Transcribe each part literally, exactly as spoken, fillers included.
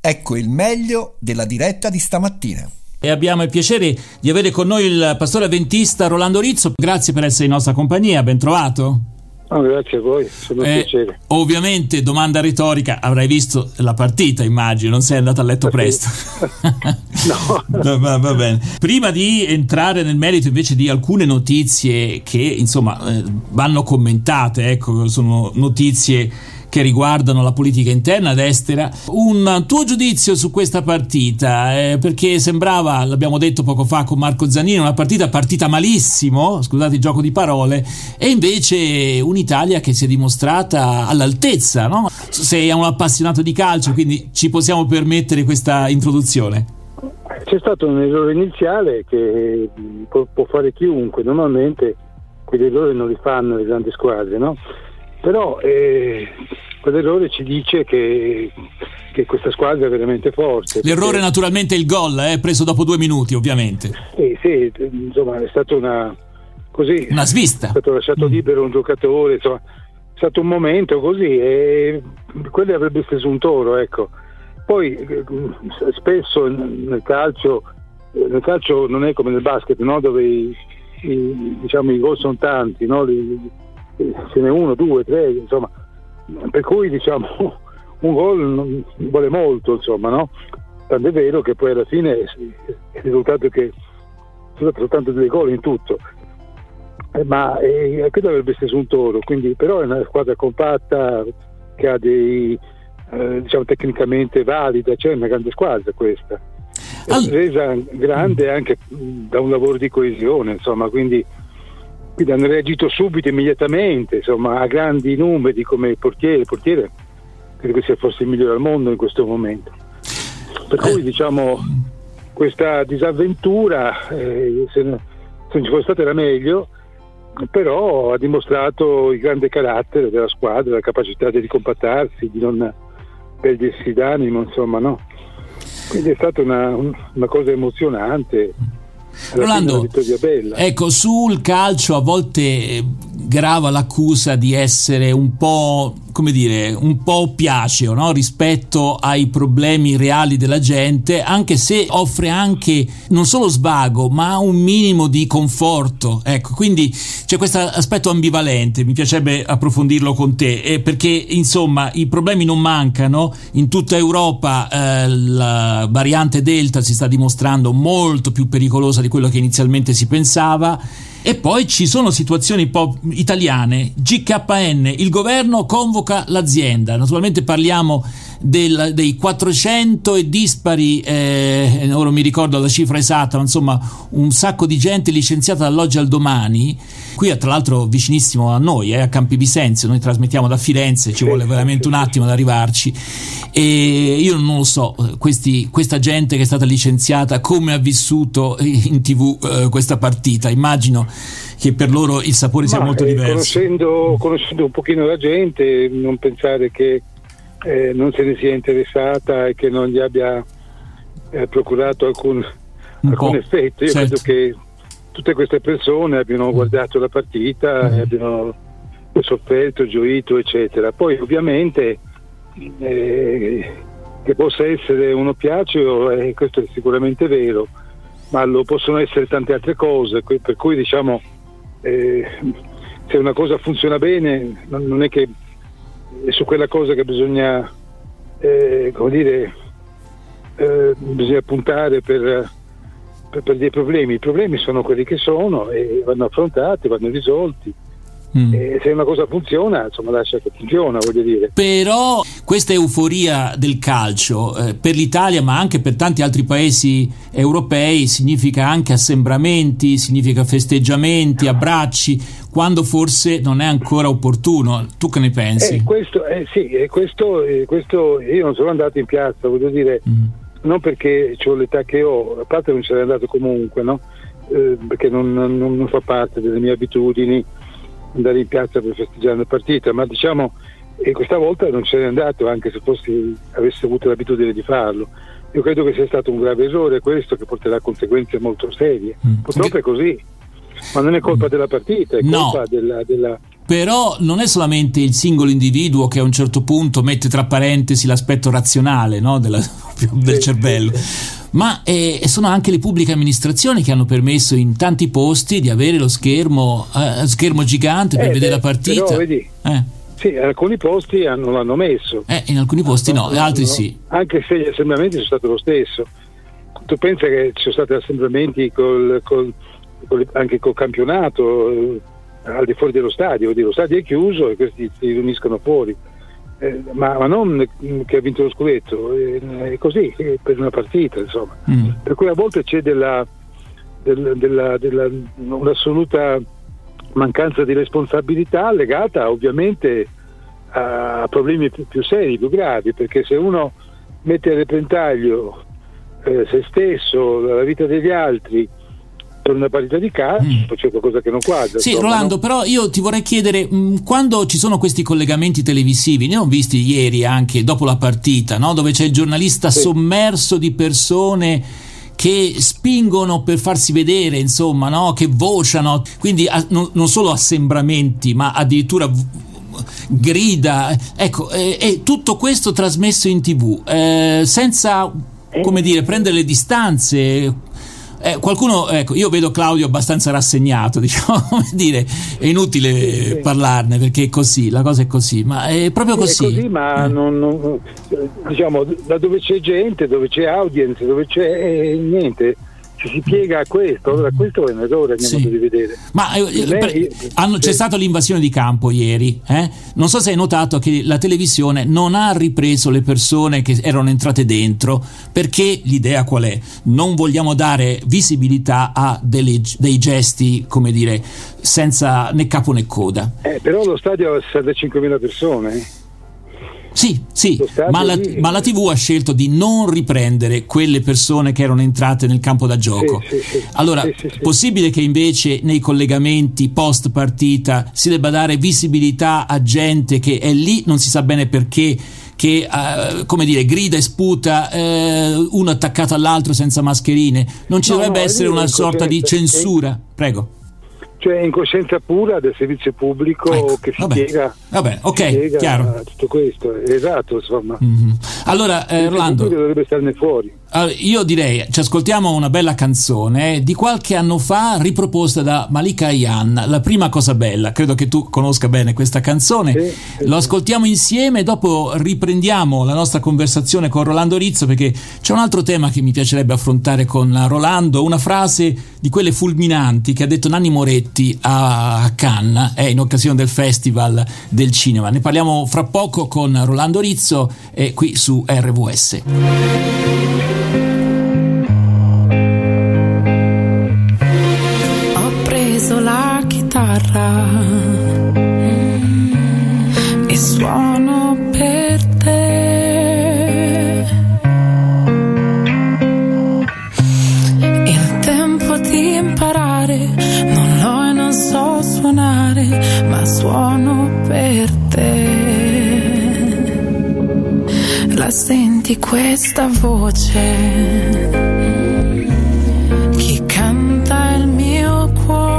Ecco il meglio della diretta di stamattina. E abbiamo il piacere di avere con noi il pastore avventista Rolando Rizzo. Grazie per essere in nostra compagnia, ben trovato. Oh, grazie a voi, sono eh, piacere. Ovviamente, domanda retorica, avrai visto la partita, immagino, non sei andato a letto presto. No. va, va bene. Prima di entrare nel merito invece di alcune notizie che insomma eh, vanno commentate, ecco, sono notizie che riguardano la politica interna ed estera, un tuo giudizio su questa partita, eh, perché sembrava, l'abbiamo detto poco fa con Marco Zanini, una partita partita malissimo, scusate il gioco di parole, e invece un'Italia che si è dimostrata all'altezza, no? Sei un appassionato di calcio, quindi ci possiamo permettere questa introduzione. C'è stato un errore iniziale che può, può fare chiunque, normalmente quegli errori non li fanno le grandi squadre, no? Però eh, quell'errore ci dice che, che questa squadra è veramente forte. L'errore perché... naturalmente è il gol, eh, preso dopo due minuti ovviamente. Sì, sì, insomma è stata una così, una svista. È stato lasciato libero un giocatore, insomma è stato un momento così e quello avrebbe steso un toro, ecco. Poi spesso nel calcio nel calcio non è come nel basket, no? Dove i, i, diciamo i gol sono tanti, no? Li, ce n'è uno, due, tre, insomma, per cui diciamo un gol non vuole molto, insomma, no? Tanto è vero che poi alla fine il risultato è che sono soltanto dei gol in tutto, eh, ma eh, credo avrebbe steso un toro, quindi però è una squadra compatta che ha dei eh, diciamo tecnicamente valida, cioè una grande squadra questa, è All... resa grande anche da un lavoro di coesione, insomma, quindi Quindi hanno reagito subito, immediatamente, insomma, a grandi numeri come il portiere. Il portiere credo che sia forse il migliore al mondo in questo momento. Per cui, eh. diciamo, questa disavventura, eh, se, ne, se non ci fosse stata era meglio, però ha dimostrato il grande carattere della squadra, la capacità di ricompattarsi, di non perdersi d'animo, insomma, no? Quindi è stata una, una cosa emozionante. Rolando, ecco, sul calcio a volte grava l'accusa di essere un po', come dire, un po' oppiaceo, no? Rispetto ai problemi reali della gente, anche se offre anche non solo svago ma un minimo di conforto, ecco, quindi c'è questo aspetto ambivalente, mi piacerebbe approfondirlo con te, eh, perché insomma i problemi non mancano, in tutta Europa eh, la variante Delta si sta dimostrando molto più pericolosa di quello che inizialmente si pensava. E poi ci sono situazioni un po' italiane. G K N, il governo convoca l'azienda. Naturalmente parliamo del, dei quattrocento e dispari, eh, ora non mi ricordo la cifra esatta, ma insomma un sacco di gente licenziata dall'oggi al domani. Qui tra l'altro vicinissimo a noi, eh, a Campi Bisenzio, noi trasmettiamo da Firenze, ci vuole veramente un attimo ad arrivarci. E io non lo so, questi, questa gente che è stata licenziata come ha vissuto in tv eh, questa partita. Immagino che per loro il sapore sia Ma, molto diverso. Eh, conoscendo, conoscendo un pochino la gente, non pensare che eh, non se ne sia interessata e che non gli abbia eh, procurato alcun, alcun effetto. Io certo. credo che tutte queste persone abbiano guardato la partita, mm. abbiano sofferto, gioito, eccetera. Poi ovviamente eh, che possa essere uno oppiaceo, eh, questo è sicuramente vero, ma lo possono essere tante altre cose, per cui diciamo eh, se una cosa funziona bene non è che è su quella cosa che bisogna eh, come dire eh, bisogna puntare per, per, per dei problemi. I problemi sono quelli che sono e vanno affrontati, vanno risolti. Mm. E se una cosa funziona, insomma, lascia che funziona, voglio dire. Però questa euforia del calcio eh, per l'Italia, ma anche per tanti altri paesi europei, significa anche assembramenti, significa festeggiamenti, abbracci, quando forse non è ancora opportuno. Tu che ne pensi? Eh, questo, eh, sì, eh, questo, eh, questo io non sono andato in piazza, voglio dire, mm. non perché ho l'età che ho, a parte non sarei andato comunque, no? Eh, perché non, non, non fa parte delle mie abitudini andare in piazza per festeggiare una partita, ma diciamo e questa volta non ce n'è andato, anche se fossi avessi avuto l'abitudine di farlo. Io credo che sia stato un grave errore questo, che porterà a conseguenze molto serie. Mm. Purtroppo è così, ma non è colpa della partita, è colpa no. della, della però non è solamente il singolo individuo che a un certo punto mette tra parentesi l'aspetto razionale, no, della, del cervello, ma eh, sono anche le pubbliche amministrazioni che hanno permesso in tanti posti di avere lo schermo eh, schermo gigante per eh, vedere beh, la partita. Però, vedi, eh. sì, in alcuni posti hanno, l'hanno messo, eh, in alcuni posti no, in altri no, sì, anche se gli assembramenti sono stati lo stesso. Tu pensa che ci sono stati assembramenti col, col, col, anche col campionato eh, al di fuori dello stadio, lo stadio è chiuso e questi si riuniscono fuori, eh, ma, ma non che ha vinto lo scudetto, eh, è così, è per una partita, insomma. Mm. Per cui a volte c'è della, della, della, della un'assoluta mancanza di responsabilità legata ovviamente a problemi più, più seri, più gravi, perché se uno mette a repentaglio eh, se stesso, la vita degli altri per una partita di calcio, mm. c'è qualcosa che non quadra. Sì, insomma, Rolando, no? Però io ti vorrei chiedere, mh, quando ci sono questi collegamenti televisivi, ne ho visti ieri anche dopo la partita, no? Dove c'è il giornalista sì. sommerso di persone che spingono per farsi vedere, insomma, no? Che vociano, quindi a, non, non solo assembramenti, ma addirittura v- grida, ecco, e eh, eh, tutto questo trasmesso in tivù, eh, senza, come dire, prendere le distanze. Eh, qualcuno, ecco, io vedo Claudio abbastanza rassegnato, diciamo, come dire, è inutile sì, sì. parlarne perché è così, la cosa è così, ma è proprio così. È così, ma eh. non, non, diciamo, da dove c'è gente, dove c'è audience, dove c'è eh, niente, ci si piega a questo, allora questo è un errore, andiamo sì. a rivedere. Ma eh, per, hanno, c'è stata l'invasione di campo ieri, eh? Non so se hai notato che la televisione non ha ripreso le persone che erano entrate dentro, perché l'idea qual è? Non vogliamo dare visibilità a delle, dei gesti, come dire, senza né capo né coda. Eh, però lo stadio ha sessantacinquemila persone. Sì, sì, ma la, ma la tivù ha scelto di non riprendere quelle persone che erano entrate nel campo da gioco. Sì, sì, sì. Allora, sì, sì, sì. possibile che invece nei collegamenti post partita si debba dare visibilità a gente che è lì, non si sa bene perché, che uh, come dire, grida e sputa uh, uno attaccato all'altro senza mascherine? Non ci no, dovrebbe no, essere una sorta di censura? Prego. Cioè in coscienza pura del servizio pubblico ecco, che si vabbè, spiega, vabbè, ok, si spiega chiaro. tutto questo, esatto, insomma. Mm-hmm. Allora, eh, Rolando, dovrebbe starne fuori. Allora, io direi, ci ascoltiamo una bella canzone eh, di qualche anno fa, riproposta da Malika Ayane, La prima cosa bella. Credo che tu conosca bene questa canzone. Sì, sì, Lo ascoltiamo insieme e dopo riprendiamo la nostra conversazione con Rolando Rizzo, perché c'è un altro tema che mi piacerebbe affrontare con Rolando, una frase di quelle fulminanti che ha detto Nanni Moretti a Cannes eh, in occasione del Festival del Cinema. Ne parliamo fra poco con Rolando Rizzo eh, qui su R V S. La chitarra e suono per te. Il tempo di imparare non l'ho e non so suonare, ma suono per te. La senti questa voce? Chi canta il mio cuore?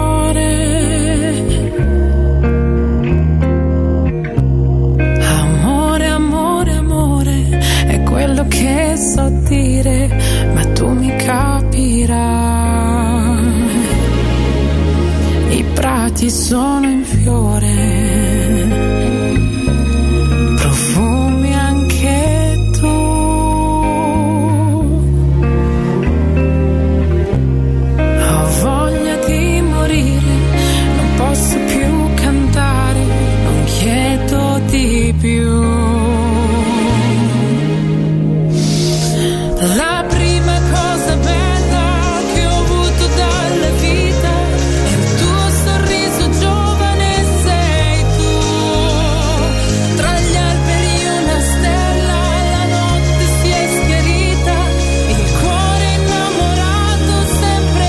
Quello che so dire, ma tu mi capirai. I prati sono in fiore, profumi anche tu. Ho voglia di morire, non posso più cantare, non chiedo di più. La prima cosa bella che ho avuto dalla vita è il tuo sorriso giovane, sei tu. Tra gli alberi una stella, la notte si è schiarita, il cuore innamorato sempre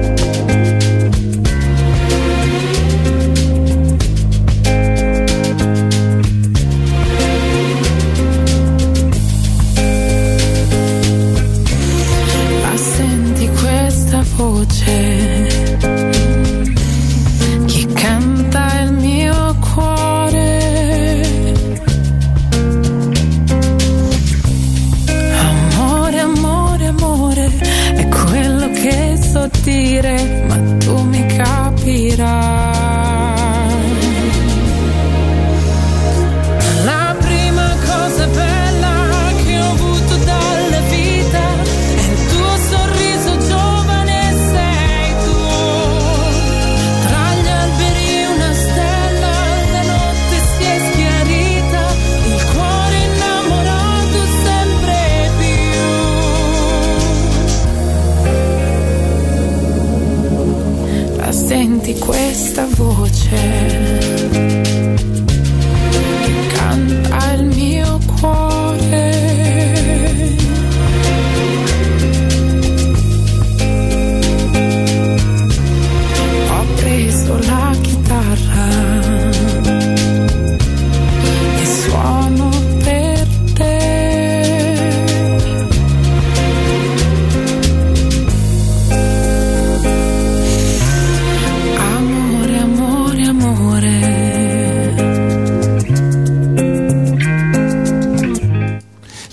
più.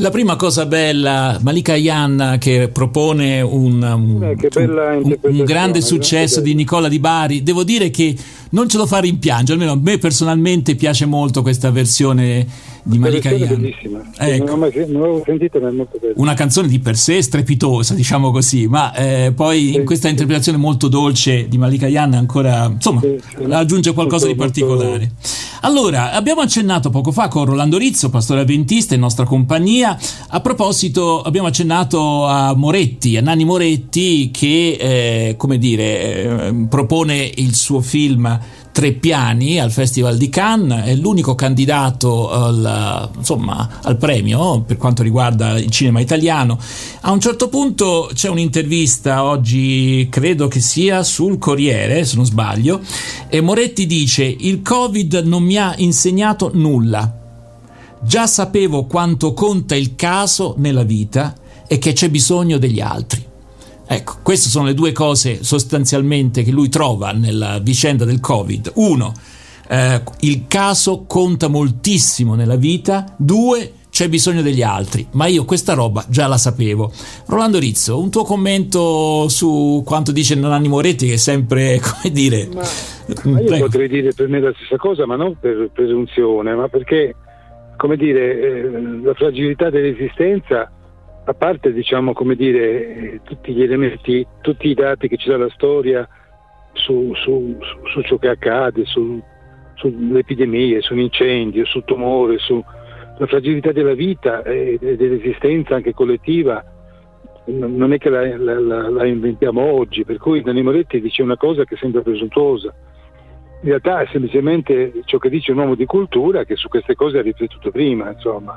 La prima cosa bella, Malika Ayane che propone un, un, eh, che bella un, un grande successo di Nicola Di Bari. Devo dire che non ce lo fa rimpiangere, almeno a me personalmente piace molto questa versione di Malika Ayane. È bellissima, ecco. non l'avevo sentita, ma è molto bella. Una canzone di per sé strepitosa, diciamo così, ma eh, poi sì, in questa sì. interpretazione molto dolce di Malika Ayane ancora, insomma, sì, sì. aggiunge qualcosa molto, di particolare. Molto... Allora, abbiamo accennato poco fa con Rolando Rizzo, pastore avventista in nostra compagnia. A proposito, abbiamo accennato a Moretti, a Nanni Moretti, che eh, come dire eh, propone il suo film Tre Piani al Festival di Cannes, è l'unico candidato al, insomma, al premio per quanto riguarda il cinema italiano. A un certo punto c'è un'intervista oggi, credo che sia sul Corriere se non sbaglio, e Moretti dice: il Covid non mi ha insegnato nulla, già sapevo quanto conta il caso nella vita e che c'è bisogno degli altri. Ecco, queste sono le due cose sostanzialmente che lui trova nella vicenda del Covid. Uno, eh, il caso conta moltissimo nella vita. Due, c'è bisogno degli altri. Ma io questa roba già la sapevo. Rolando Rizzo, un tuo commento su quanto dice Nanni Moretti, che è sempre, come dire... Ma, ma io Prego. potrei dire per me la stessa cosa, ma non per presunzione, ma perché, come dire, eh, la fragilità dell'esistenza... A parte, diciamo, come dire, tutti gli elementi, tutti i dati che ci dà la storia su, su, su, su ciò che accade, su, sulle epidemie, su un incendio, sul tumore, sulla fragilità della vita e dell'esistenza anche collettiva, non è che la, la, la, la inventiamo oggi, per cui Nanni Moretti dice una cosa che sembra presuntuosa. In realtà è semplicemente ciò che dice un uomo di cultura che su queste cose ha riflettuto prima, insomma.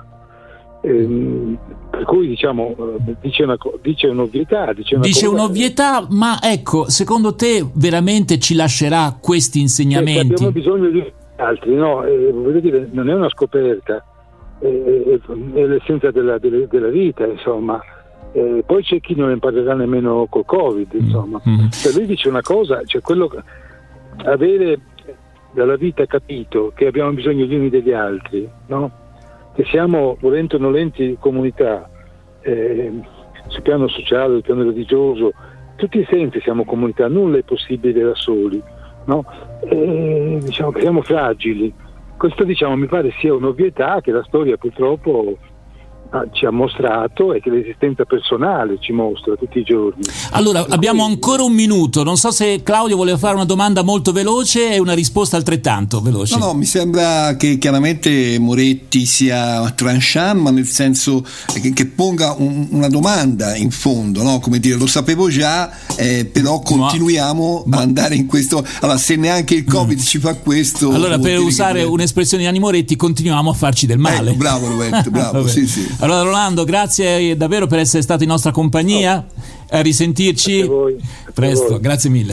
Eh, per cui diciamo dice, una, dice un'ovvietà dice, una dice cosa, un'ovvietà, ma ecco, secondo te veramente ci lascerà questi insegnamenti? Eh, abbiamo bisogno di altri, no? Eh, voglio dire, non è una scoperta, eh, è l'essenza della, della, della vita, insomma. Eh, poi c'è chi non imparerà nemmeno col Covid, insomma. Mm-hmm. Se lui dice una cosa, cioè quello che, avere dalla vita capito che abbiamo bisogno gli uni degli altri, no? Che siamo, volenti o nolenti, comunità, eh, sul piano sociale, sul piano religioso, tutti i sensi siamo comunità, nulla è possibile da soli, no? E, diciamo che siamo fragili. Questo, diciamo, mi pare sia un'ovvietà che la storia purtroppo ci ha mostrato e che l'esistenza personale ci mostra tutti i giorni. Allora, abbiamo ancora un minuto, non so se Claudio voleva fare una domanda molto veloce e una risposta altrettanto veloce. No, no, mi sembra che chiaramente Moretti sia tranchant, ma nel senso che, che ponga un, una domanda in fondo, no? Come dire, lo sapevo già, eh, però continuiamo ma, ma, a andare in questo. Allora, se neanche il Covid mm. ci fa questo, allora per usare che... un'espressione di Nanni Moretti, continuiamo a farci del male. Ecco, bravo Roberto, bravo, sì, sì. Allora Rolando, grazie davvero per essere stato in nostra compagnia, a risentirci a voi, a presto, voi. Grazie mille.